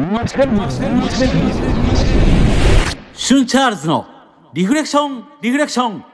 シュンチャールズのリフレクションリフレクション。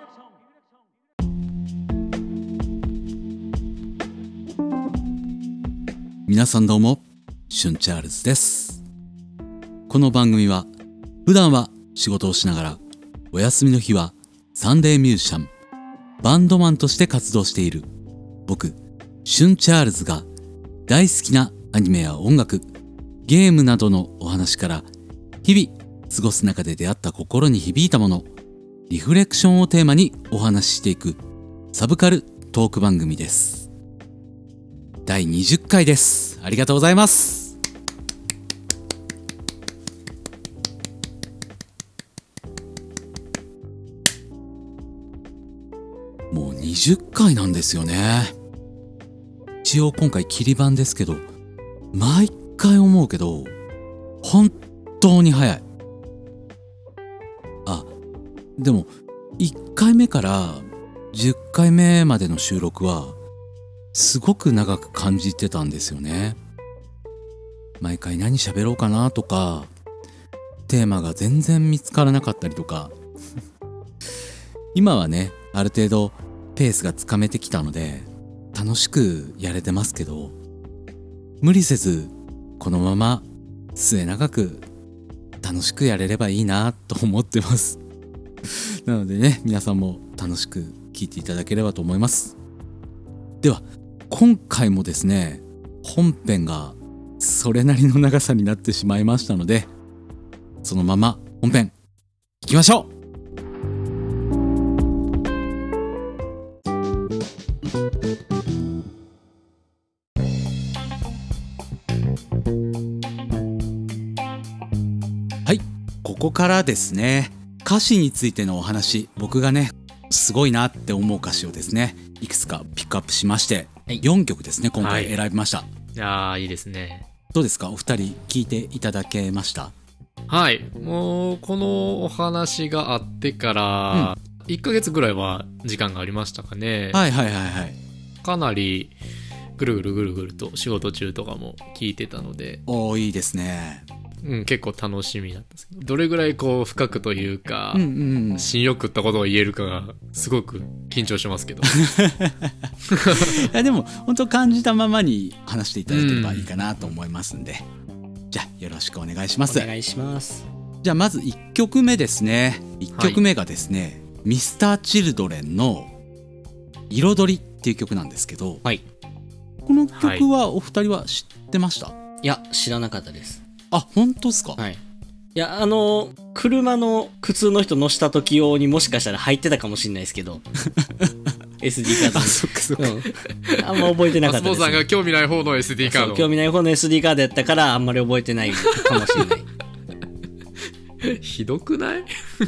皆さんどうも、シュンチャールズです。この番組は普段は仕事をしながら、お休みの日はサンデーミュージシャン、バンドマンとして活動している僕シュンチャールズが、大好きなアニメや音楽、ゲームなどのお話から、日々過ごす中で出会った心に響いたもの、リフレクションをテーマにお話ししていくサブカルトーク番組です。第20回です。ありがとうございます。もう20回なんですよね。一応今回切り版ですけど、毎回思うけど本当に早い。でも1回目から10回目までの収録はすごく長く感じてたんですよね。毎回何喋ろうかなとか、テーマが全然見つからなかったりとか今はね、ある程度ペースがつかめてきたので楽しくやれてますけど、無理せずこのまま末永く楽しくやれればいいなと思ってますなのでね、皆さんも楽しく聞いていただければと思います。では今回もですね、本編がそれなりの長さになってしまいましたので、そのまま本編いきましょう。はい、ここからですね、歌詞についてのお話、僕がねすごいなって思う歌詞をですね、いくつかピックアップしまして、4曲ですね今回選びました。 いやー、いいですね。 どうですか、お二人聞いていただけました？ はい、もうこのお話があってから1ヶ月ぐらいは時間がありましたかね。 はいはいはいはい。 かなりぐるぐるぐるぐると仕事中とかも聞いてたので、 おー、いいですね。 結構楽しみなんですけど、どれぐらいこう深くというか、 芯よくったことを言えるかがすごく緊張しますけどいやでも本当感じたままに話していただければいいかなと思いますんで、じゃあよろしくお願いします。 お願いします。 じゃあまず1曲目ですね。1曲目がですね、Mr.Children の彩りっていう曲なんですけど、 はい、 この曲はお二人は知ってました？ いや、知らなかったです。 あ、本当ですか？ はい。いや、車の普通の人乗した時用にもしかしたら入ってたかもしれないですけどSD カードあ、そっかそっか、 あんま覚えてなかったです。 松本さんが興味ない方の SD カード、 興味ない方の SD カードやったからあんまり覚えてないかもしれないひどくない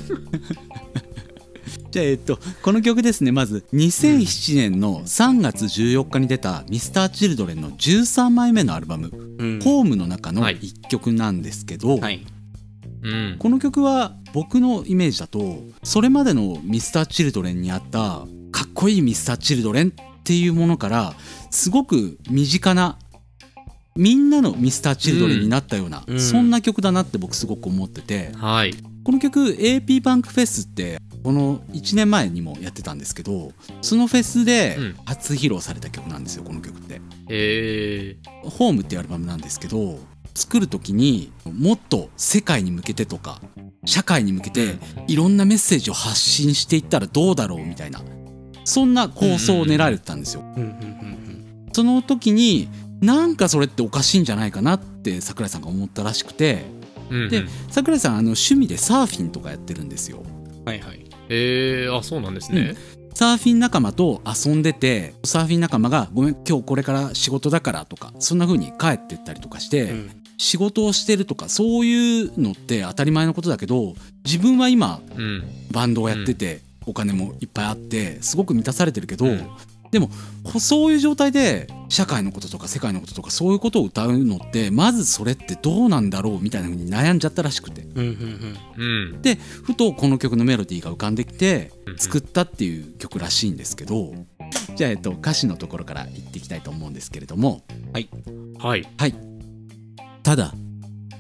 じゃあこの曲ですね、まず2007年の3月14日に出た Mr.Children の13枚目のアルバム、ホームの中の1曲なんですけど、この曲は僕のイメージだと、それまでの Mr.Children にあったかっこいい Mr.Children っていうものからすごく身近な、みんなの Mr.Children になったような、そんな曲だなって僕すごく思ってて、この曲 AP パンクフェスってこの1年前にもやってたんですけど、そのフェスで初披露された曲なんですよ、この曲って。ホームっていうアルバムなんですけど、作る時にもっと世界に向けてとか社会に向けていろんなメッセージを発信していったらどうだろうみたいな、そんな構想を練られてたんですよ。その時になんかそれっておかしいんじゃないかなって桜井さんが思ったらしくて、で桜井さん趣味でサーフィンとかやってるんですよ。 はいはい。 あ、そうなんですね。 サーフィン仲間と遊んでて、サーフィン仲間がごめん今日これから仕事だからとか、そんな風に帰ってったりとかして、仕事をしてるとかそういうのって当たり前のことだけど、自分は今、バンドをやってて、お金もいっぱいあってすごく満たされてるけど、でもそういう状態で社会のこととか世界のこととかそういうことを歌うのって、まずそれってどうなんだろうみたいな風に悩んじゃったらしくて、でふとこの曲のメロディーが浮かんできて作ったっていう曲らしいんですけど、じゃあ歌詞のところから言っていきたいと思うんですけれども、 はい。 ただ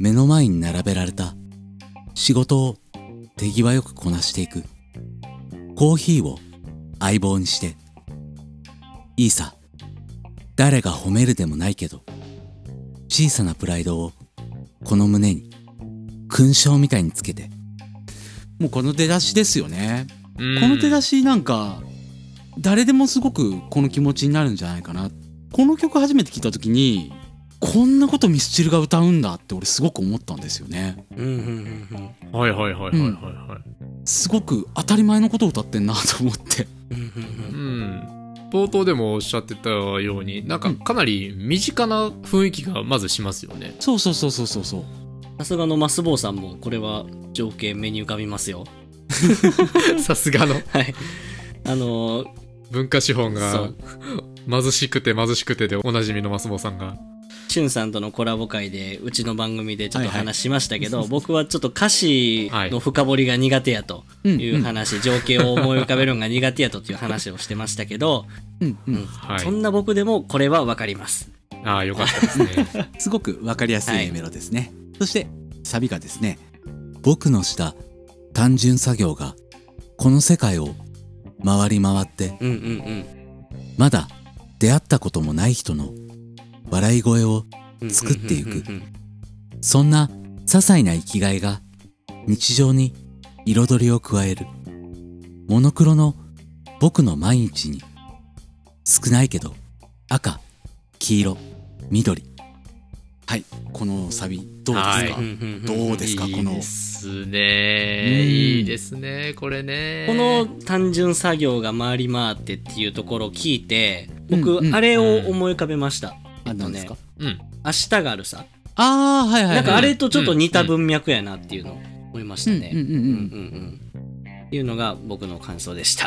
目の前に並べられた仕事を手際よくこなしていく。コーヒーを相棒にして。いいさ。誰が褒めるでもないけど、小さなプライドをこの胸に勲章みたいにつけて。もうこの出だしですよね。この出だしなんか誰でもすごくこの気持ちになるんじゃないかな。この曲初めて聴いた時にこんなことミスチルが歌うんだって俺すごく思ったんですよね。 はいはいはいはいはいはい。 すごく当たり前のことを歌ってんなと思って。 冒頭でもおっしゃってたようになんかかなり身近な雰囲気がまずしますよね。 そうそうそうそうそうそう。 さすがのマスボウさんもこれは情景目に浮かびますよ。 さすがの。 はい。 文化資本が貧しくて貧しくてでおなじみのマスボウさんが。 しゅんさんとのコラボ会でうちの番組でちょっと話しましたけど、僕はちょっと歌詞の深掘りが苦手やという話、情景を思い浮かべるのが苦手やとっていう話をしてましたけど、そんな僕でもこれは分かります。 ああ、よかったですね。 すごく分かりやすいメロですね。そしてサビがですね、僕のした単純作業がこの世界を回り回って、まだ出会ったこともない人の笑い声を作っていく。そんな些細な生きがいが日常に彩りを加える。モノクロの僕の毎日に少ないけど赤、黄色、緑。はい、このサビどうですか？どうですか？この。 いいですね。いいですね。これね。 この単純作業が回り回ってっていうところを聞いて、僕あれを思い浮かべました。 何ですか？ 明日があるさ。 ああ、はいはい。 なんかあれとちょっと似た文脈やなっていうのを思いましたね。っていうのが僕の感想でした。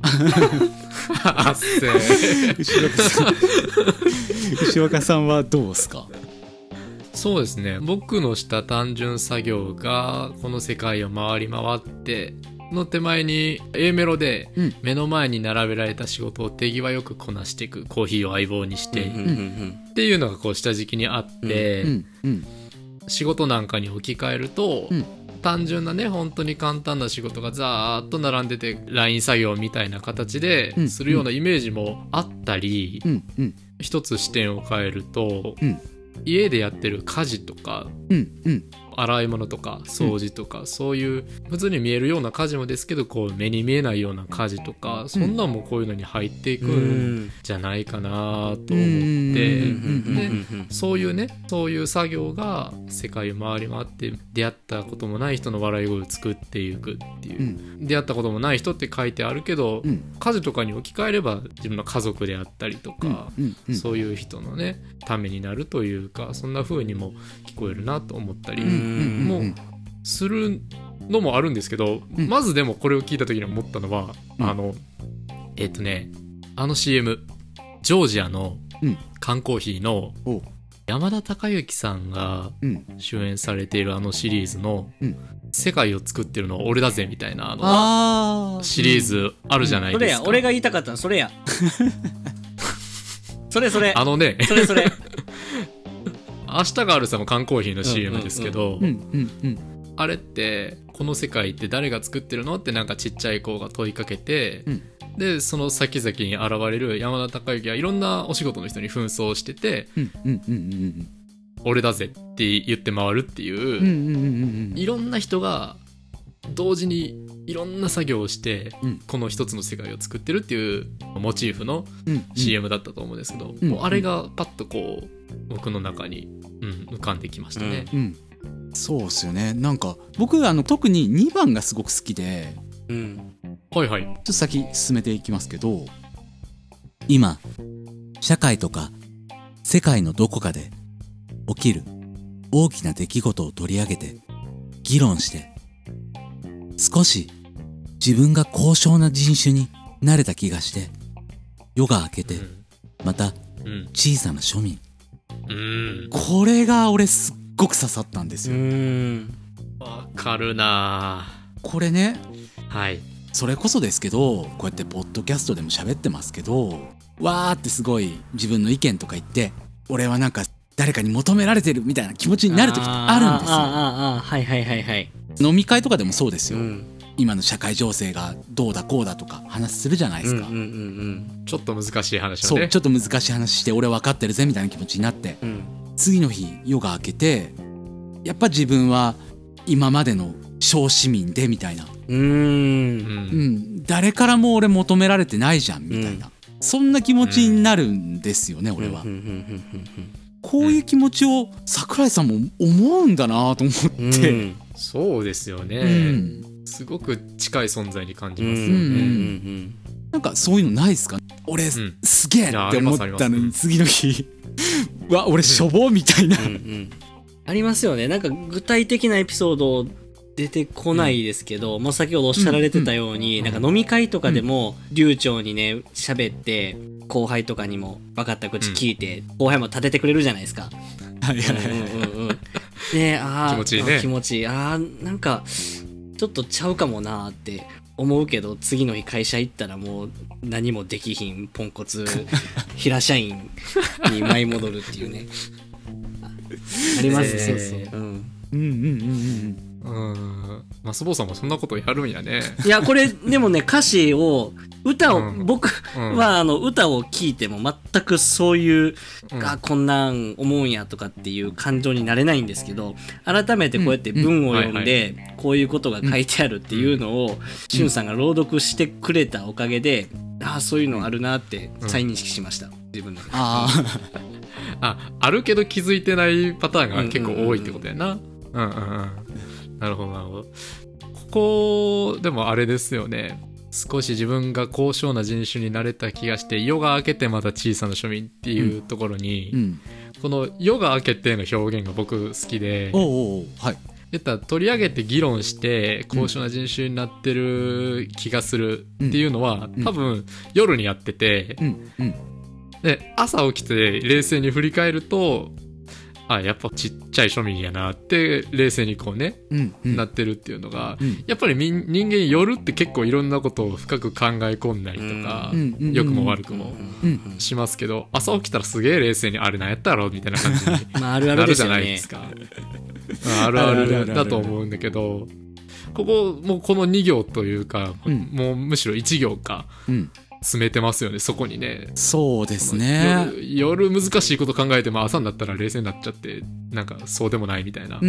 牛若さんはどうですか？ そうですね。僕のした単純作業がこの世界を回り回っての手前に A メロで目の前に並べられた仕事を手際よくこなしていく、コーヒーを相棒にしてっていうのがこう下敷きにあって、仕事なんかに置き換えると、単純なね本当に簡単な仕事がザーッと並んでてライン作業みたいな形でするようなイメージもあったり、一つ視点を変えると、家でやってる家事とか、洗い物とか掃除とか、そういう普通に見えるような家事もですけどこう目に見えないような家事とか、そんなんもこういうのに入っていくんじゃないかなと思って、でそういうねそういう作業が世界を回り回って出会ったこともない人の笑い声を作っていくっていう、出会ったこともない人って書いてあるけど、家事とかに置き換えれば自分の家族であったりとか、そういう人のねためになるというか、そんな風にも聞こえるなと思ったりもするのもあるんですけど、まずでもこれを聞いた時に思ったのは、あの CM ジョージアの缶コーヒーの山田孝之さんが主演されているあのシリーズの世界を作ってるのは俺だぜみたいなシリーズあるじゃないですか。 それや、俺が言いたかったのそれや。それあのねそれ明日があるさも缶コーヒーの CM ですけど、あれってこの世界って誰が作ってるのってなんかちっちゃい子が問いかけて、でその先々に現れる山田孝之はいろんなお仕事の人に紛争してて、俺だぜって言って回るっていう、いろんな人が同時にいろんな作業をして、この一つの世界を作ってるっていうモチーフの CM だったと思うんですけど、もうあれがパッとこう僕の中に、浮かんできましたね。 そうですよね。なんか僕特に2番がすごく好きで、 はいはい、 ちょっと先進めていきますけど、今社会とか世界のどこかで起きる大きな出来事を取り上げて議論して、少し自分が高尚な人種になれた気がして、夜が明けてまた小さな庶民、これが俺すっごく刺さったんですよ。 わかるな。 これね、 はい、 それこそですけど、こうやってポッドキャストでも喋ってますけど、わーってすごい自分の意見とか言って、俺はなんか誰かに求められてるみたいな気持ちになる時ってあるんですよ。 はいはいはいはい。 飲み会とかでもそうですよ、今の社会情勢がどうだこうだとか話するじゃないですか、 ちょっと難しい話をね、そうちょっと難しい話して俺分かってるぜみたいな気持ちになって、次の日夜が明けてやっぱ自分は今までの小市民でみたいな、誰からも俺求められてないじゃんみたいな、そんな気持ちになるんですよね、俺は。こういう気持ちを桜井さんも思うんだなと思って、 そうですよね、すごく近い存在に感じますよね。 なんかそういうのないですか？俺、すげえって思ったのに次の日わ俺しょぼみたいな、 ありますよね。なんか具体的なエピソード出てこないですけど、もう先ほどおっしゃられてたように、なんか飲み会とかでも流暢にね喋って後輩とかにも分かった口聞いて、後輩も立ててくれるじゃないですか。ね、気持ちいいね。気持ちいい。なんかちょっとちゃうかもなって思うけど、次の日会社行ったらもう何もできひんポンコツ平社員に舞い戻るっていうねありますね。 マスボウさんもそんなことやるんやね。 いやこれでもね、歌詞を歌を、僕は歌を聴いても全くそういう、こんなん思うんやとかっていう感情になれないんですけど、改めてこうやって文を読んでこういうことが書いてあるっていうのをしゅんさんが朗読してくれたおかげで、そういうのあるなって再認識しました、自分の。 あるけど気づいてないパターンが結構多いってことやな。なるほどなるほど。ここでもあれですよね、少し自分が高尚な人種になれた気がして、夜が明けてまた小さな庶民っていうところに、この夜が明けての表現が僕好きで、言ったら取り上げて議論して高尚な人種になってる気がするっていうのは、多分夜にやってて、で朝起きて冷静に振り返ると、やっぱちっちゃい庶民やなって冷静にこうね、なってるっていうのが、やっぱり人間夜って結構いろんなことを深く考え込んだりとか、良くも悪くもしますけど、朝起きたらすげえ冷静にあれなんやったろみたいな感じになるじゃないですか。あるあるだと思うんだけど、ここもうこの2行というか、もうむしろ1行か、詰めてますよね、そこにね。 そうですね。 夜難しいこと考えても朝になったら冷静になっちゃって、なんかそうでもないみたいな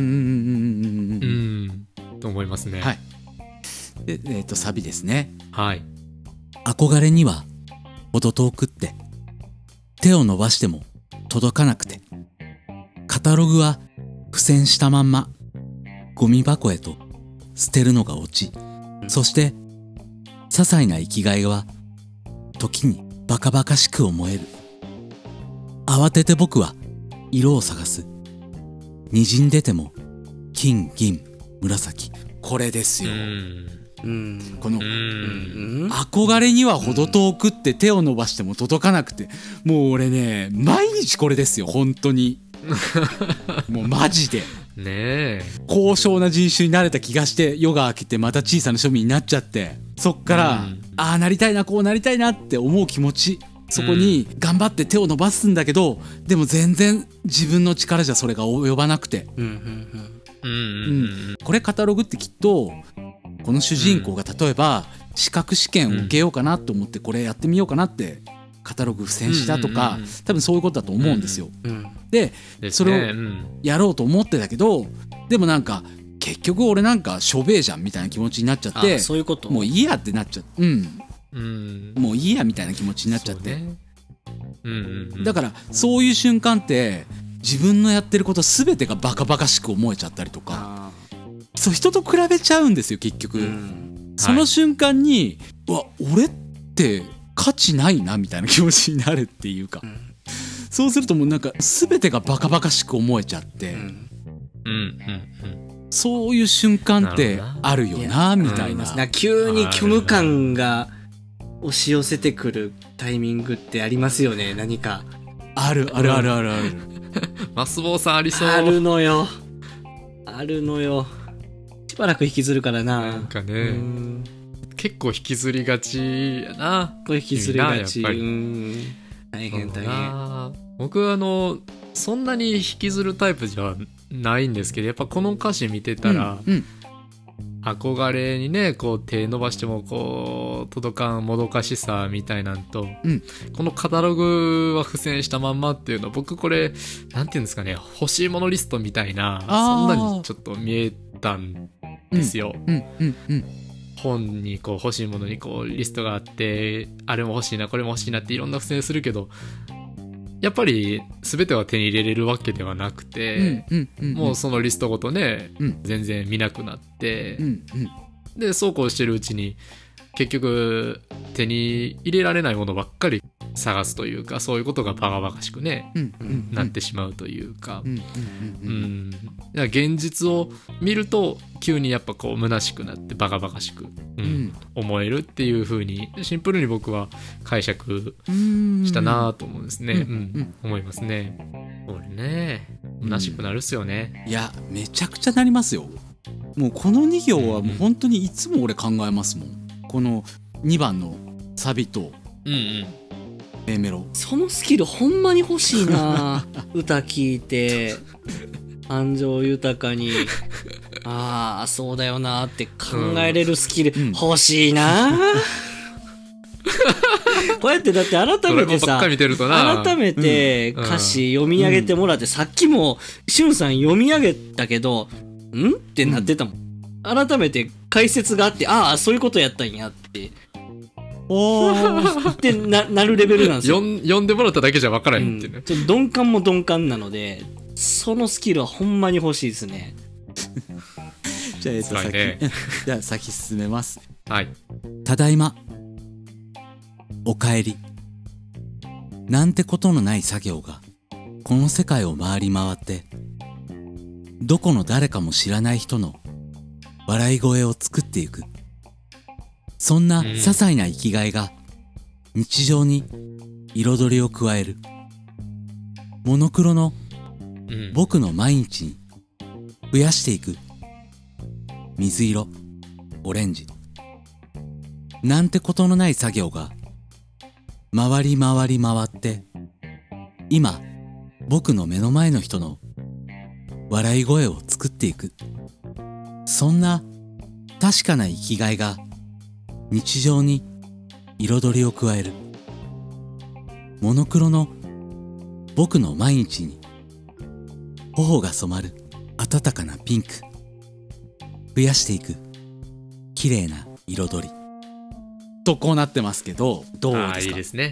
と思いますね。 で、サビですね。 憧れには程遠くって、手を伸ばしても届かなくて、カタログは付箋したまんまゴミ箱へと捨てるのがオチ。そして些細な生きがいは時にバカバカしく思える。慌てて僕は色を探す。滲んでても金銀紫。 これですよ。この憧れには程遠くって手を伸ばしても届かなくて、もう俺ね毎日これですよ本当にもうマジで高尚な人種になれた気がして、夜が明けてまた小さな庶民になっちゃって、そっからなりたいなこうなりたいなって思う気持ち、そこに頑張って手を伸ばすんだけど、でも全然自分の力じゃそれが及ばなくて、これカタログってきっとこの主人公が例えば資格試験を受けようかなと思ってこれやってみようかなってカタログ付箋したとか、多分そういうことだと思うんですよ。でそれをやろうと思ってたけど、でもなんか結局俺なんかしょべえじゃんみたいな気持ちになっちゃって、 そういうこと、 もういいやってなっちゃって、もういいやみたいな気持ちになっちゃって、だからそういう瞬間って自分のやってること全てがバカバカしく思えちゃったりとか、そう人と比べちゃうんですよ結局。その瞬間に、わ俺って価値ないなみたいな気持ちになるっていうか、そうするともうなんか全てがバカバカしく思えちゃって、そういう瞬間ってあるよなみたいな。 急に虚無感が押し寄せてくるタイミングってありますよね。何かあるあるあるあるあるマスボウさんありそう。 あるのよしばらく引きずるからなんかね、結構引きずりがちやな。 引きずりがち。大変。 僕そんなに引きずるタイプじゃないんですけど、やっぱこの歌詞見てたら、憧れにねこう手伸ばしてもこう届かんもどかしさみたいなんと、このカタログは付箋したまんまっていうの、僕これなんていうんですかね、欲しいものリストみたいな、そんなにちょっと見えたんですよ。本にこう欲しいものにこうリストがあって、あれも欲しいなこれも欲しいなっていろんな付箋するけど、やっぱり全ては手に入れれるわけではなくて、もうそのリストごとね、全然見なくなって、でそうこうしてるうちに結局手に入れられないものばっかり探すというか、そういうことがバカバカしくね、なってしまうというか、現実を見ると急にやっぱこう虚しくなってバカバカしく、思えるっていう風にシンプルに僕は解釈したなと思うんですね。思いますね。これね虚しくなるっすよね。 いやめちゃくちゃなりますよ。もうこの2行はもう本当にいつも俺考えますもん。この2番のサビとAメロ、 そのスキルほんまに欲しいな歌聞いて感情豊かにああそうだよなって考えれるスキル欲しいな、こうやってだって改めてさ、改めて歌詞読み上げてもらって、さっきもしゅんさん読み上げたけどんってなってたもん。改めて解説があって、ああそういうことやったんやってってなるレベルなんですよ。 読んでもらっただけじゃ分からへんってね、 ちょっと鈍感も鈍感なので、そのスキルはほんまに欲しいですね。 じゃあ先進めます。 はい。 ただいま、おかえり。なんてことのない作業がこの世界を回り回って、どこの誰かも知らない人の笑い声を作っていく。そんな些細な生きがいが日常に彩りを加える。モノクロの僕の毎日に増やしていく。水色、オレンジ。なんてことのない作業が回り回り回って、今僕の目の前の人の笑い声を作っていく。そんな確かな生きがいが日常に彩りを加える。モノクロの僕の毎日に頬が染まる暖かなピンク。増やしていく綺麗な彩りとこうなってますけど、どうですか？ いいですね。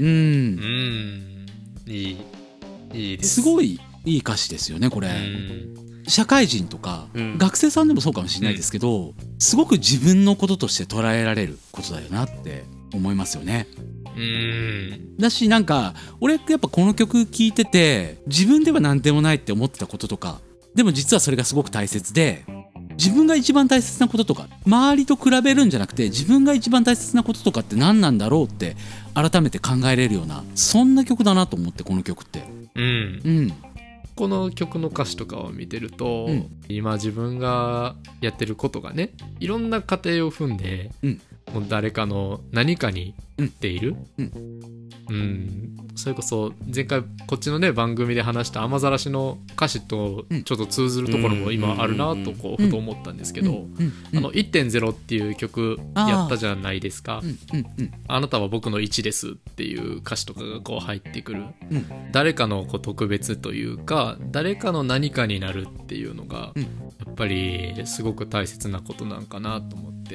いいです。 すごいいい歌詞ですよねこれ。社会人とか、学生さんでもそうかもしれないですけど、すごく自分のこととして捉えられることだよなって思いますよね。だしなんか俺やっぱこの曲聴いてて、自分では何でもないって思ってたこととか、でも実はそれがすごく大切で、自分が一番大切なこととか、周りと比べるんじゃなくて自分が一番大切なこととかって何なんだろうって改めて考えれるような、そんな曲だなと思って、この曲って。 この曲の歌詞とかを見てると、今自分がやってることがね、いろんな過程を踏んで、もう誰かの何かになっている、それこそ前回こっちのね番組で話した雨ざらしの歌詞とちょっと通ずるところも今あるなとこうふと思ったんですけど、1.0 っていう曲やったじゃないですか。あなたは僕の1ですっていう歌詞とかがこう入ってくる、誰かのこう特別というか誰かの何かになるっていうのがやっぱりすごく大切なことなんかなと思って、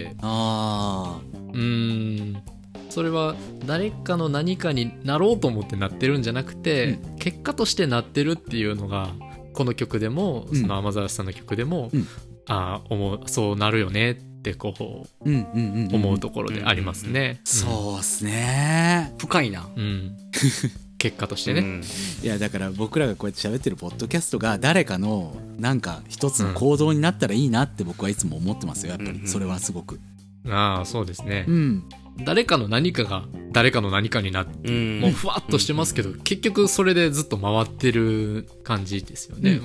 それは誰かの何かになろうと思ってなってるんじゃなくて、結果としてなってるっていうのがこの曲でも、その雨ざらしさんの曲でも、そうなるよねってこう、思うところでありますね。 そうっすね。 深いな。 結果としてね、 いやだから僕らがこうやって喋ってるポッドキャストが誰かのなんか一つの行動になったらいいなって僕はいつも思ってますよ。やっぱりそれはすごく。 そうですね。誰かの何かが誰かの何かになって、もうふわっとしてますけど、結局それでずっと回ってる感じですよね。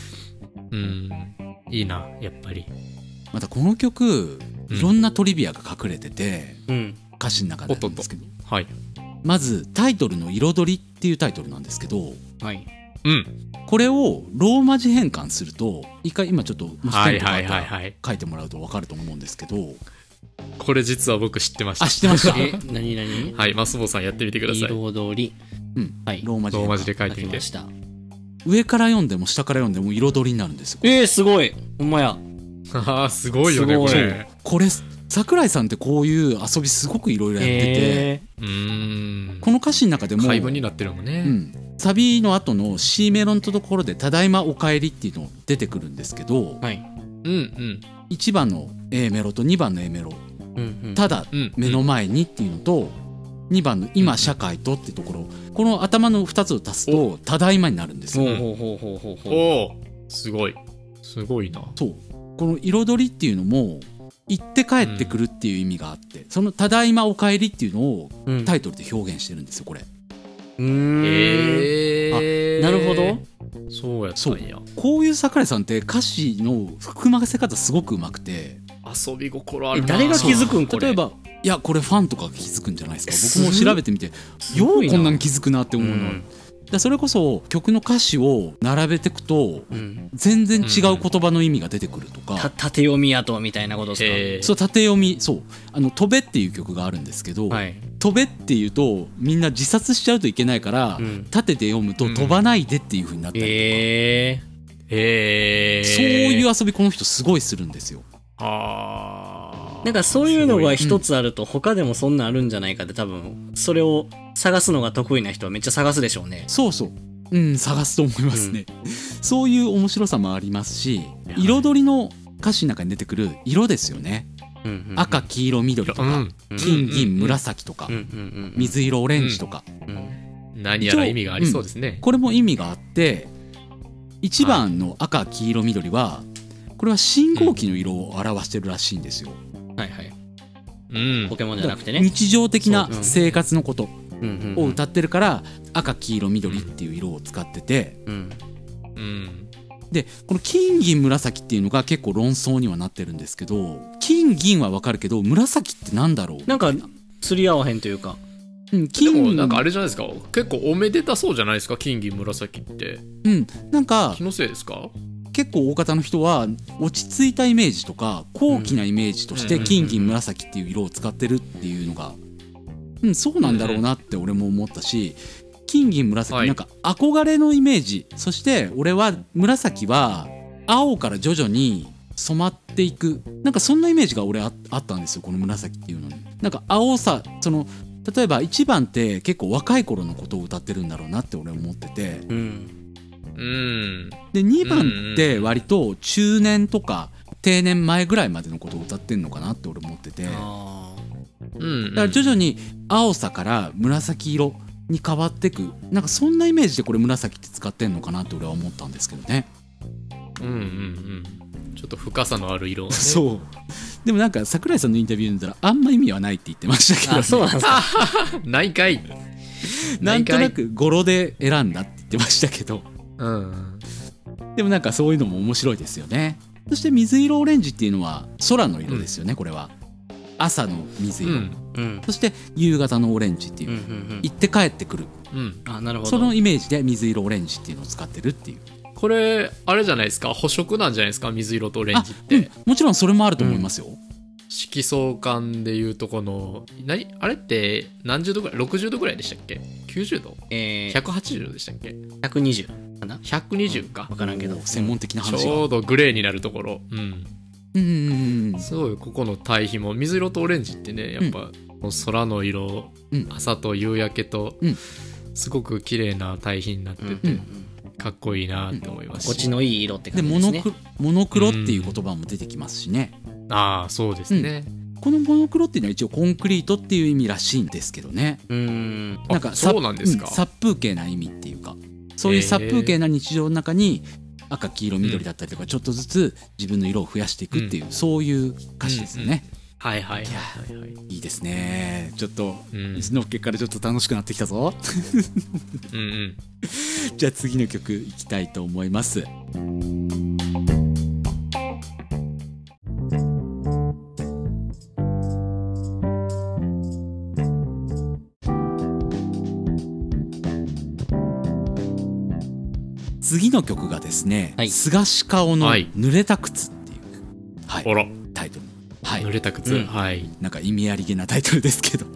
いいなやっぱり。 またこの曲いろんなトリビアが隠れてて、歌詞の中でなんですけど、 はい、 まずタイトルの「彩り」っていうタイトルなんですけど、 これをローマ字変換すると一回今ちょっとステンとかあったら書いてもらうと分かると思うんですけど、 これ実は僕知ってました。 知ってました何はい、マスボさんやってみてください。 彩り、 はい、ローマ字で書いてみて。 上から読んでも下から読んでも彩りになるんですよ。 すごい、ほんまや。 すごいよねこれ桜井さんってこういう遊びすごくいろいろやってて、この歌詞の中でも回文になってるもんね、 サビの後の C メロのところで「ただいまおかえり」っていうの出てくるんですけど、1番の A メロと2番の A メロ「ただ目の前に」っていうのと2番の「今社会と」っていうところ、この頭の2つを足すと「ただいま」になるんですよ。 すごいすごいな。 そうこの彩りっていうのも行って帰ってくるっていう意味があって、その「ただいまおかえり」っていうのをタイトルで表現してるんですよこれ。 なるほど。 そうやったんや。 こういう桜井さんって歌詞の含ませ方すごくうまくて、 遊び心あるな。 誰が気づくんこれ。 例えばいやこれファンとかが気づくんじゃないですか。僕も調べてみてようこんなに気づくなって思うのは、それこそ曲の歌詞を並べていくと全然違う言葉の意味が出てくるとか、 縦読みやとみたいなことですか。 そう縦読み、そう飛べっていう曲があるんですけど、飛べっていうとみんな自殺しちゃうといけないから、縦で読むと飛ばないでっていう風になったりとか、そういう遊びこの人すごいするんですよ。 なんかそういうのが一つあると他でもそんなあるんじゃないかって、多分それを探すのが得意な人はめっちゃ探すでしょうね。 そうそう、探すと思いますね、そういう面白さもありますし、彩りの歌詞の中に出てくる色ですよね。赤黄色緑とか、金銀紫とか、水色オレンジとか、 何やら意味がありそうですね。 これも意味があって、1番の赤黄色緑はこれは信号機の色を表してるらしいんですよ。 ポケモンじゃなくてね、 日常的な生活のことを歌ってるから赤黄色緑っていう色を使ってて、でこの金銀紫っていうのが結構論争にはなってるんですけど、金銀は分かるけど紫ってなんだろう、 なんか釣り合わへんというか、 でもなんかあれじゃないですか、結構おめでたそうじゃないですか金銀紫って。 なんか気のせいですか。 結構大方の人は落ち着いたイメージとか高貴なイメージとして金銀紫っていう色を使ってるっていうのが、そうなんだろうなって俺も思ったし、金銀紫なんか憧れのイメージ、そして俺は紫は青から徐々に染まっていく、なんかそんなイメージが俺あったんですよこの紫っていうのに。なんか青さ、その例えば1番って結構若い頃のことを歌ってるんだろうなって俺思ってて、で2番って割と中年とか定年前ぐらいまでのことを歌ってんのかなって俺思ってて、だから徐々に青さから紫色に変わっていく、なんかそんなイメージでこれ紫って使ってんのかなって俺は思ったんですけどね。 ちょっと深さのある色、ね、 そうでもなんか桜井さんのインタビュー見たらあんま意味はないって言ってましたけど、ね、 そうなんですかないかいなんとなく語呂で選んだって言ってましたけど、でもなんかそういうのも面白いですよね。そして水色オレンジっていうのは空の色ですよね、これは朝の水色、そして夕方のオレンジっていう、行って帰ってくる、 なるほど、 そのイメージで水色オレンジっていうのを使ってるっていう。これあれじゃないですか、補色なんじゃないですか水色とオレンジって。 もちろんそれもあると思いますよ、 色相関でいうとこのあれって何十度ぐらい、60度ぐらいでしたっけ、90度、180度でしたっけ、 120かな、 120か、 分からんけど専門的な話がちょうどグレーになるところ、すごいここの対比も水色とオレンジってね、やっぱ空の色、朝と夕焼けとすごく綺麗な対比になってて、かっこいいなって思いますし、 心地のいい色って感じですね。 でモノクロっていう言葉も出てきますしね。 そうですね、 このモノクロっていうのは一応コンクリートっていう意味らしいんですけどね。なんかそうなんですか、 殺風景な意味っていうか、そういう殺風景な日常の中に赤黄色緑だったりとかちょっとずつ自分の色を増やしていくっていう、そういう歌詞ですよね。いいですね。ちょっとのっけからちょっと楽しくなってきたぞ。じゃあ次の曲いきたいと思います。 次の曲がですね、 はい、 菅氏顔の濡れた靴っていう、はい、タイトル、 はい、濡れた靴、はい、 なんか意味ありげなタイトルですけど、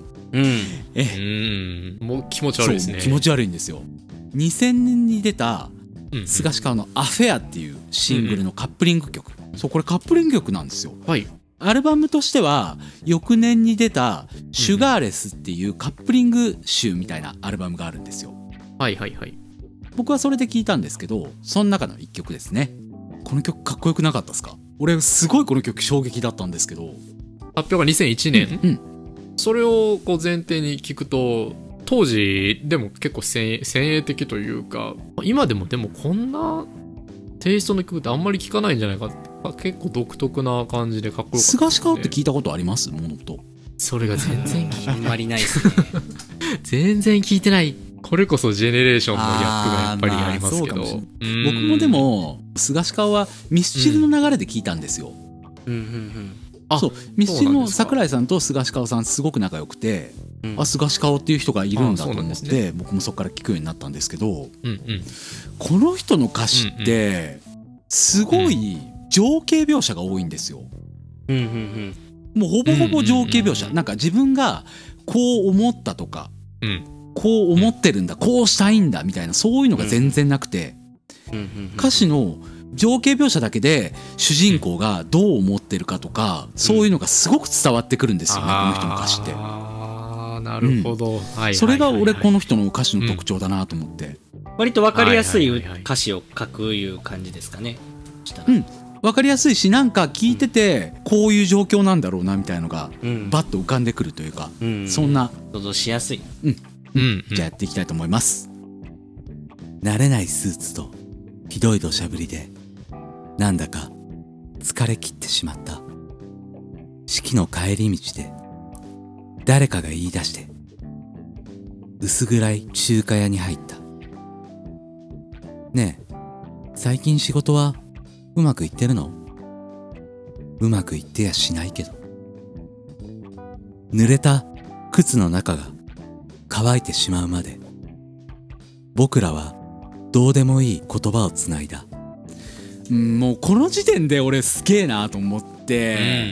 もう気持ち悪いですね。 気持ち悪いんですよ。2000年に出た菅氏顔のアフェアっていうシングルのカップリング曲、そうこれカップリング曲なんですよ。 はい。 アルバムとしては翌年に出たシュガーレスっていうカップリング集みたいなアルバムがあるんですよ。 はいはいはい。 僕はそれで聞いたんですけど、その中の一曲ですね。この曲かっこよくなかったですか？俺すごいこの曲衝撃だったんですけど。 発表が2001年、それをこう前提に聞くと、当時でも結構先鋭的というか、今でもこんなテイストの曲ってあんまり聞かないんじゃないか、結構独特な感じでかっこよかったですね。 菅氏顔って聞いたことあります？ものとそれが全然あんまりないですね。 全然聞いてない。これこそジェネレーションのギャップがやっぱりありますけど、 僕もでも菅氏顔はミスチルの流れで聞いたんですよ。そう、ミスチルの桜井さんと菅氏顔さんすごく仲良くて、菅氏顔っていう人がいるんだと思って、僕もそこから聞くようになったんですけど、この人の歌詞ってすごい情景描写が多いんですよ。もうほぼほぼ情景描写、なんか自分がこう思ったとか、こう思ってるんだ、こうしたいんだみたいな、そういうのが全然なくて、歌詞の情景描写だけで主人公がどう思ってるかとか、そういうのがすごく伝わってくるんですよね、この人の歌詞って。 ああ、なるほど。 それが俺この人の歌詞の特徴だなと思って。 割と分かりやすい歌詞を書くいう感じですかね。 分かりやすいし、なんか聞いててこういう状況なんだろうなみたいのがバッと浮かんでくるというか、そんな想像しやすい。 じゃあやっていきたいと思います。慣れないスーツとひどい土砂降りで、なんだか疲れ切ってしまった。式の帰り道で誰かが言い出して、薄暗い中華屋に入った。ねえ、最近仕事はうまくいってるの？うまくいってやしないけど。濡れた靴の中が乾いてしまうまで、僕らはどうでもいい言葉をつないだ。もうこの時点で俺すげえなと思って、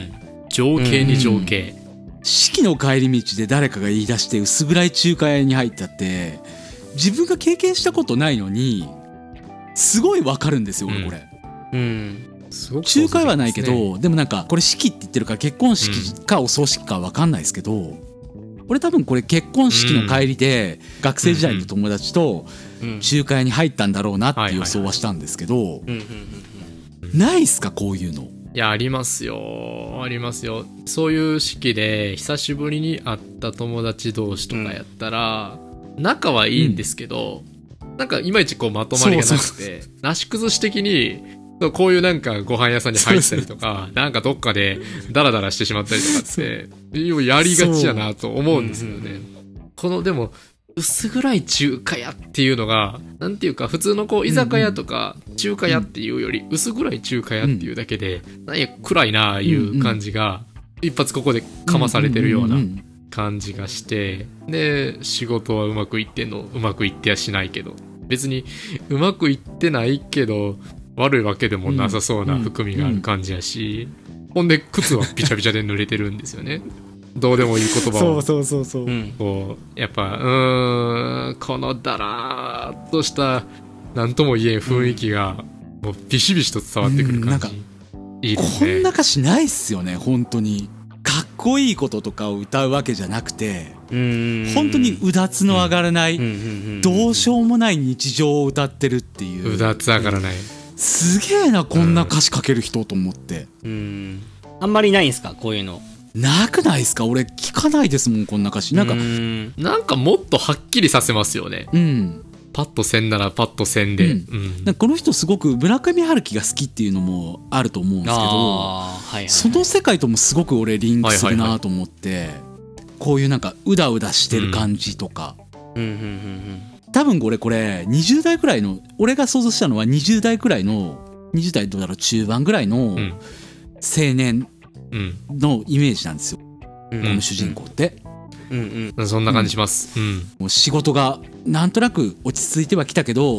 情景に情景。 式の帰り道で誰かが言い出して薄暗い中華屋に入ったって、自分が経験したことないのにすごいわかるんですよ、俺これ。中華屋はないけど、でもなんかこれ式って言ってるから結婚式かお葬式かわかんないですけど、俺多分これ結婚式の帰りで学生時代の友達と中華屋に入ったんだろうなっていう予想はしたんですけど、ないっすかこういうの？ いや、ありますよ、ありますよ。そういう式で久しぶりに会った友達同士とかやったら、仲はいいんですけど、なんかいまいちこうまとまりがなくて、なし崩し的にこういうなんかご飯屋さんに入ったりとか、なんかどっかでダラダラしてしまったりとかってやりがちやなと思うんですよね。このでも薄暗い中華屋っていうのが、なんていうか普通のこう居酒屋とか中華屋っていうより薄暗い中華屋っていうだけで、なんや暗いなあいう感じが一発ここでかまされてるような感じがして、で仕事はうまくいってんの？うまくいってやしないけど、別にうまくいってないけど悪いわけでもなさそうな含みがある感じやし、ほんで靴はビチャビチャで濡れてるんですよね。どうでもいい言葉をこうやっぱこのダラーっとした何とも言えん雰囲気がもうビシビシと伝わってくる感じ、いいですね。 こんな歌詞ないっすよね。本当にかっこいいこととかを歌うわけじゃなくて、本当にうだつの上がらないどうしようもない日常を歌ってるっていう。 うだつ上がらない、 すげえなこんな歌詞書ける人と思って。 あんまりないんすかこういうの？ なくないですか？俺聞かないですもんこんな歌詞。なんかもっとはっきりさせますよね。パッとせんならパッとせんで、 この人すごく村上春樹が好きっていうのもあると思うんですけど、その世界ともすごく俺リンクするなと思って、こういうなんかうだうだしてる感じとか、多分これ20代くらいの、俺が想像したのは20代くらいの、20代どうだろう中盤くらいの青年のイメージなんですよ、この主人公って。 そんな感じします。 もう仕事がなんとなく落ち着いてはきたけど、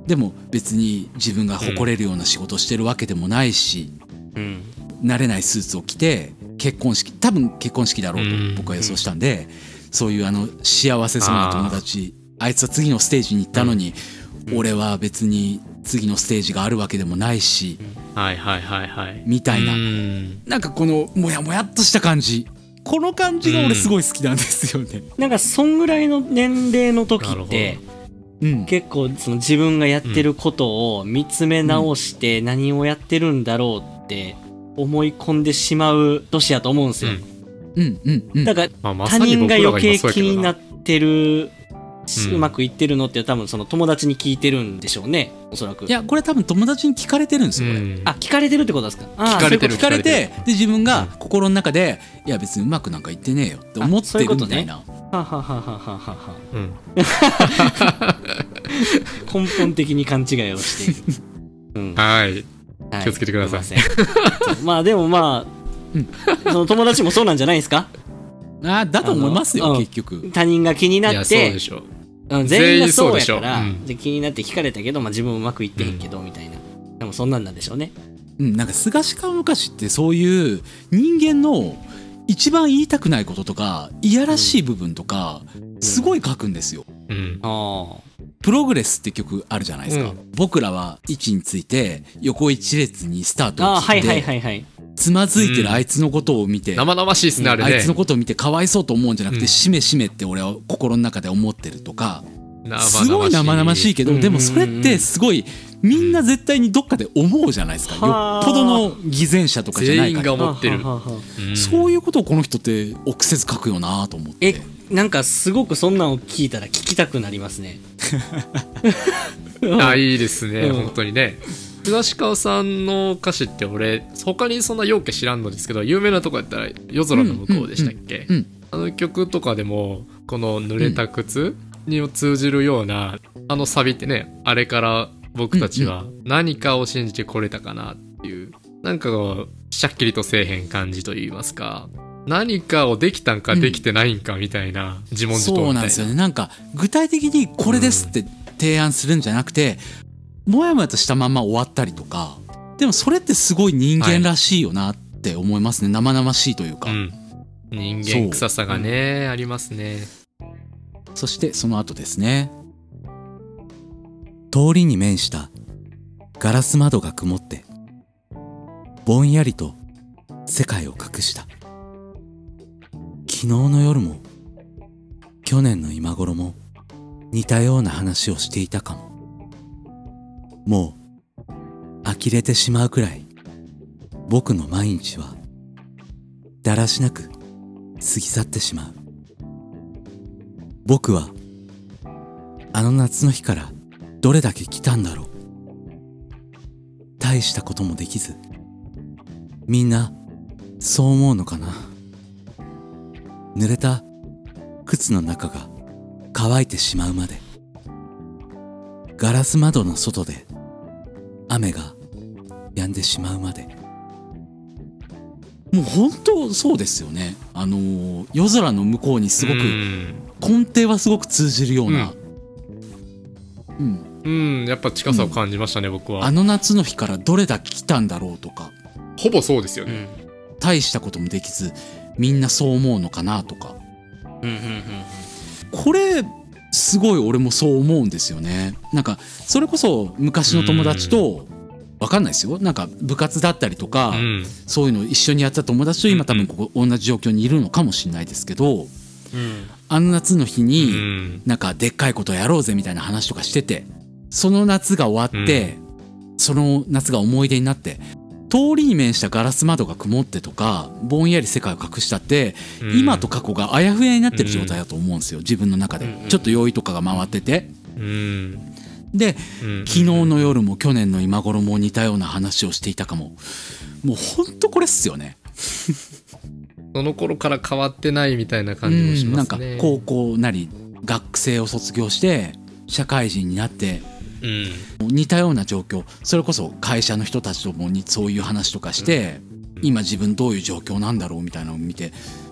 でも別に自分が誇れるような仕事をしてるわけでもないし、慣れないスーツを着て多分結婚式だろうと僕は予想したんで、そういう幸せそうな友達、あいつは次のステージに行ったのに、俺は別に次のステージがあるわけでもないし、みたいな、なんかこのモヤモヤっとした感じ、この感じが俺すごい好きなんですよね。 なんかそんぐらいの年齢の時って結構その自分がやってることを見つめ直して何をやってるんだろうって思い込んでしまう年やと思うんですよ。だから他人が余計気になってる、うまくいってるのって多分その友達に聞いてるんでしょうね、おそらく。 いやこれ多分友達に聞かれてるんですよ、 聞かれてるってことですか。 聞かれてで自分が心の中でいや別にうまくなんかいってねえよって思ってるみたいな。 根本的に勘違いをしている。 はい気をつけてください。 まあでもその友達もそうなんじゃないですか。 だと思いますよ、結局。 他人が気になって、 そうでしょ、 全員がそうやから、で気になって聞かれたけど、自分うまくいってへんけどみたいな。でもそんなんなんでしょうね。 なんか菅氏川昔ってそういう人間の一番言いたくないこととかいやらしい部分とかすごい書くんですよ。プログレスって曲あるじゃないですか。僕らは位置について横一列にスタートを切ってつまずいてるあいつのことを見て、 生々しいですねあれね。 あいつのことを見てかわいそうと思うんじゃなくて、しめしめって俺は心の中で思ってるとか、すごい生々しいけど、でもそれってすごいみんな絶対にどっかで思うじゃないですか。よっぽどの偽善者とかじゃないから全員が思ってる。 そういうことをこの人って臆せず書くよなと思って。 なんかすごくそんなの聞いたら聞きたくなりますね。 いいですね、本当にね。東川さんの歌詞って俺他にそんなようけ知らんのですけど、有名なとこやったら夜空の向こうでしたっけ。あの曲とかでもこの濡れた靴に通じるようなサビってね、あれから僕たちは何かを信じてこれたかなっていう、なんかしゃっきりとせえへん感じといいますか、何かをできたんかできてないんかみたいな自問自答みたいな。 そうなんですよね。なんか具体的にこれですって提案するんじゃなくて、もやもやとしたまま終わったりとか。でもそれってすごい人間らしいよなって思いますね。生々しいというか、 人間臭さがね、ありますね。 そしてその後ですね。 通りに面したガラス窓が曇ってぼんやりと世界を隠した。昨日の夜も去年の今頃も似たような話をしていたかも。もう呆れてしまうくらい僕の毎日はだらしなく過ぎ去ってしまう。僕はあの夏の日からどれだけ来たんだろう。大したこともできず、みんなそう思うのかな。濡れた靴の中が乾いてしまうまで、ガラス窓の外で雨が止んでしまうまで。 もう本当そうですよね。夜空の向こうにすごく根底はすごく通じるような、 やっぱ近さを感じましたね、僕は。 あの夏の日からどれだけ来たんだろうとか、 ほぼそうですよね。 大したこともできずみんなそう思うのかなとか、これすごい俺もそう思うんですよね。なんかそれこそ昔の友達と分かんないですよ、なんか部活だったりとか、そういうの一緒にやってた友達と今多分ここ同じ状況にいるのかもしれないですけど、あの夏の日になんかでっかいことやろうぜみたいな話とかしてて、その夏が終わって、その夏が思い出になって、通りに面したガラス窓が曇ってとかぼんやり世界を隠したって、今と過去があやふやになってる状態だと思うんですよ、自分の中で。ちょっと用意とかが回ってて、で、昨日の夜も去年の今頃も似たような話をしていたかも。もうほんとこれっすよね。 その頃から変わってないみたいな感じもしますね。 なんか高校なり学生を卒業して社会人になって、似たような状況、それこそ会社の人たちともそういう話とかして、今自分どういう状況なんだろうみたいなのを見て、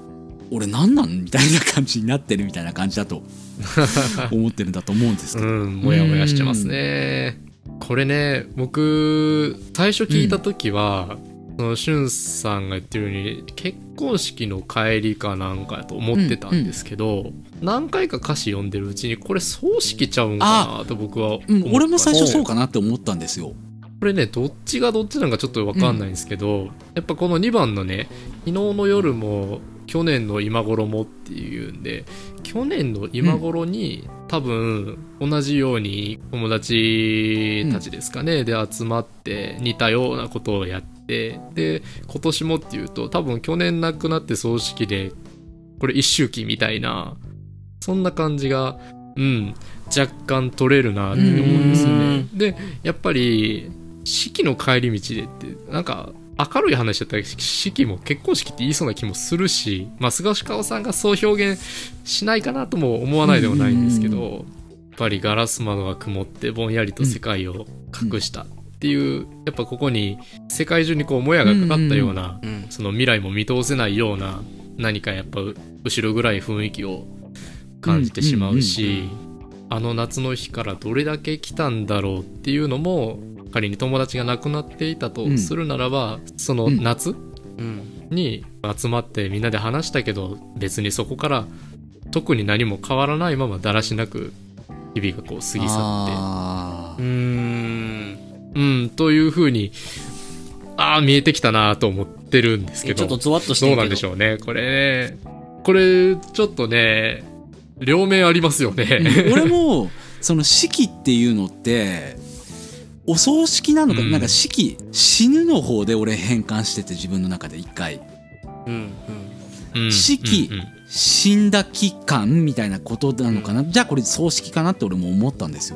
俺なんなんみたいな感じになってるみたいな感じだと思ってるんだと思うんですけど、 もやもやしてますね。これね、僕最初聞いた時は、そのしゅんさんが言ってるように結婚式の帰りかなんかやと思ってたんですけど、何回か歌詞読んでるうちにこれ葬式ちゃうんかなと僕は思った。 俺も最初そうかなって思ったんですよ。 これね、どっちがどっちなのかちょっと分かんないんですけど、やっぱこの2番のね、昨日の夜も去年の今頃もっていうんで、去年の今頃に、多分同じように友達たちですかね、で集まって似たようなことをやって、で今年もっていうと多分去年亡くなって葬式でこれ一周期みたいな、そんな感じが若干取れるなって思うんですよね。でやっぱり式の帰り道でってなんか明るい話だったら式も結婚式って言いそうな気もするし、菅氏川さんがそう表現しないかなとも思わないでもないんですけど、やっぱりガラス窓が曇ってぼんやりと世界を隠したっていう、やっぱここに世界中にこうもやがかかったような、その未来も見通せないような何かやっぱ後ろ暗い雰囲気を感じてしまうし、あの夏の日からどれだけ来たんだろうっていうのも、仮に友達が亡くなっていたとするならば、その夏に集まってみんなで話したけど、別にそこから特に何も変わらないままだらしなく日々がこう過ぎ去ってという風に見えてきたなと思ってるんですけど、 ちょっとゾワッとしてるけどどうなんでしょうねこれちょっとね両面ありますよね。 俺もその式っていうのってお葬式なのか、なんか式死ぬの方で俺変換してて、自分の中で一回、式、死んだ期間みたいなことなのかな、じゃあこれ葬式かなって俺も思ったんですよ。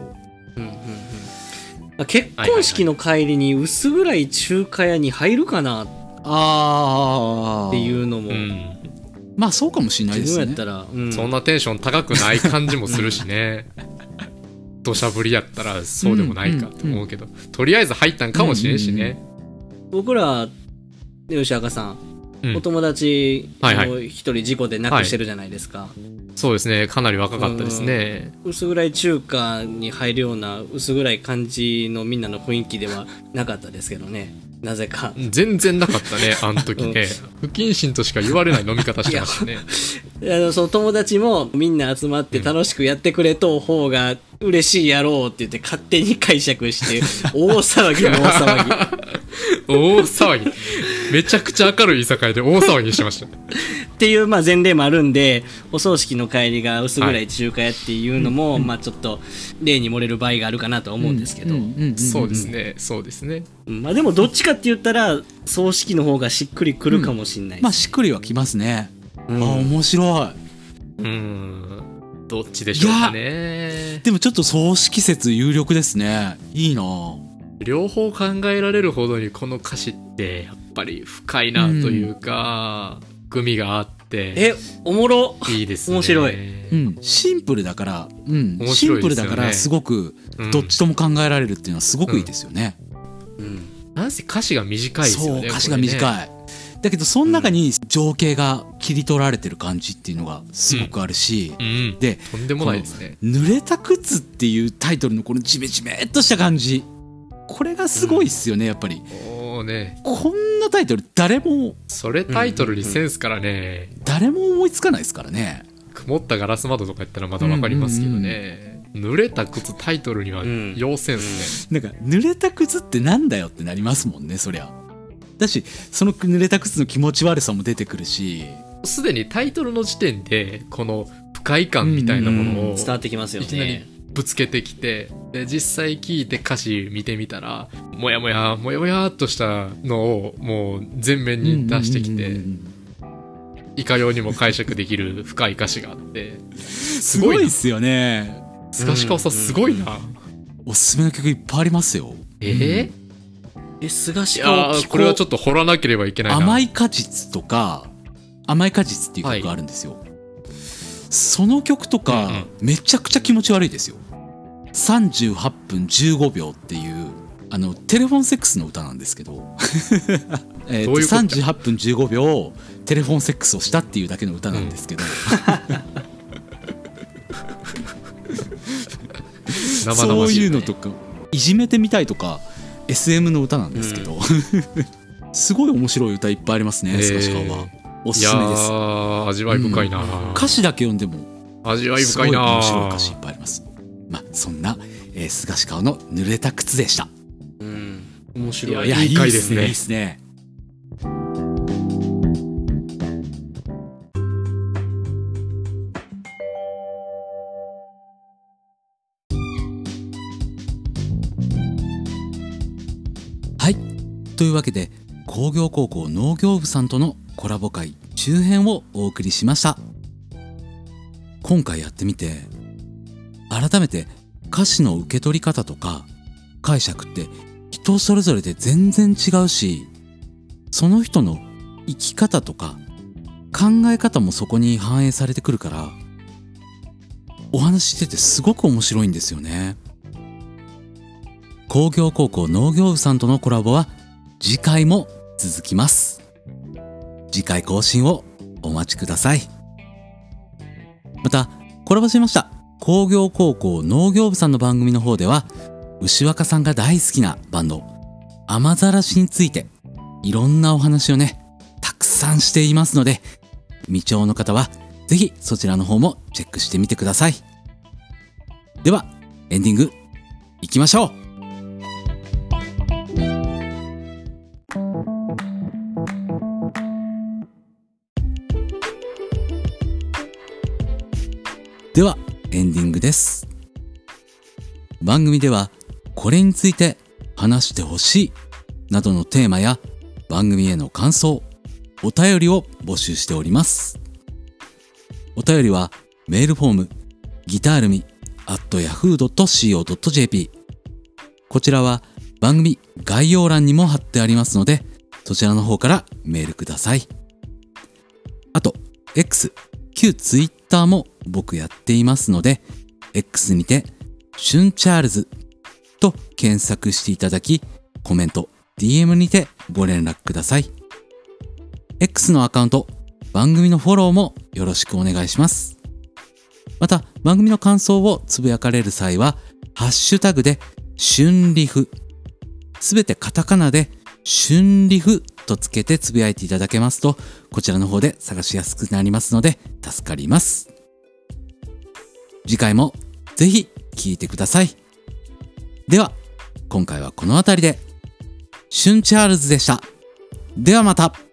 結婚式の帰りに薄暗い中華屋に入るかなっていうのも、 まあそうかもしれないですね。 自分やったら、 そんなテンション高くない感じもするしね。土砂降りやったらそうでもないかって思うけど、とりあえず入ったんかもしれんしね。 僕ら吉赤さん、お友達一人事故で亡くしてるじゃないですか。 そうですね、かなり若かったですね。 薄暗い中華に入るような薄暗い感じのみんなの雰囲気ではなかったですけどね、なぜか全然なかったね、あの時ね。不謹慎としか言われない飲み方してましたね。 その友達もみんな集まって楽しくやってくれと方が嬉しいやろうって言って勝手に解釈して大騒ぎ大騒ぎめちゃくちゃ明るい居酒屋で大騒ぎしてましたっていう前例もあるんで、お葬式の帰りが薄暗い中華屋っていうのも、ちょっと例に漏れる場合があるかなとは思うんですけど、 そうですねそうですね。 でもどっちかって言ったら葬式の方がしっくりくるかもしれないです、 しっくりはきますね。面白い。 どっちでしょうかね。 でもちょっと葬式説有力ですね。いいな。 両方考えられるほどにこの歌詞ってやっぱり深いなというか、グミがあっておもろいいですね。 面白い。 シンプルだから、シンプルだからすごくどっちとも考えられるっていうのはすごくいいですよね。 なんせ歌詞が短いですよね。 そう、歌詞が短い。だけどその中に情景が切り取られてる感じっていうのがすごくあるし、でとんでもないですね。 濡れた靴っていうタイトルのこのジメジメっとした感じ、これがすごいっすよね、やっぱり。こんなタイトル誰も、 それタイトルにセンスからね、 誰も思いつかないですからね。 曇ったガラス窓とかやったらまだ分かりますけどね、濡れた靴タイトルには要センスね。なんか濡れた靴ってなんだよってなりますもんね、そりゃ。だしその濡れた靴の気持ち悪さも出てくるし、 すでにタイトルの時点でこの不快感みたいなものを伝わってきますよね。 いきなりぶつけてきて、で実際聞いて歌詞見てみたらもやもやもやもやっとしたのをもう前面に出してきて、いかようにも解釈できる深い歌詞があってすごいっすよね。 菅氏川さんすごいな。 おすすめの曲いっぱいありますよ。 菅氏川、 これはちょっと掘らなければいけないな。 甘い果実とか、甘い果実っていう曲があるんですよ。その曲とか、めちゃくちゃ気持ち悪いですよ。38分15秒っていうテレフォンセックスの歌なんですけど 3時8分15秒テレフォンセックスをしたっていうだけの歌なんですけど、そういうのとかいじめてみたいとか SM の歌なんですけど、すごい面白い歌いっぱいありますね。スガシカオはおすすめです。 いや味わい深いな、 歌詞だけ読んでも味わい深いな、 面白い歌詞いっぱいあります。そんなスガシカオの濡れた靴でした。 面白い。 いや、いい回ですね。 いいですね。はい、というわけで工業高校農業部さんとのコラボ会中編をお送りしました。今回やってみて改めて歌詞の受け取り方とか解釈って人それぞれで全然違うし、その人の生き方とか考え方もそこに反映されてくるから、お話ししててすごく面白いんですよね。工業高校農業部さんとのコラボは次回も続きます。次回更新をお待ちください。またコラボしました工業高校農業部さんの番組の方では、牛若さんが大好きなバンド雨ざらしについていろんなお話をねたくさんしていますので、未聴の方はぜひそちらの方もチェックしてみてください。ではエンディングいきましょう。ではエンディングです。番組ではこれについて話してほしいなどのテーマや番組への感想、お便りを募集しております。お便りはメールフォームギタールミ@yahoo.co.jp、 こちらは番組概要欄にも貼ってありますので、そちらの方からメールください。あと X、旧 Twitter も僕やっていますので、 X にてシュンチャールズと検索していただき、コメント DM にてご連絡ください。 X のアカウント、番組のフォローもよろしくお願いします。また番組の感想をつぶやかれる際はハッシュタグでシュンリフ、すべてカタカナでシュンリフとつけてつぶやいていただけますと、こちらの方で探しやすくなりますので助かります。次回もぜひ聞いてください。では今回はこの辺りで。シュンチャールズでした。ではまた。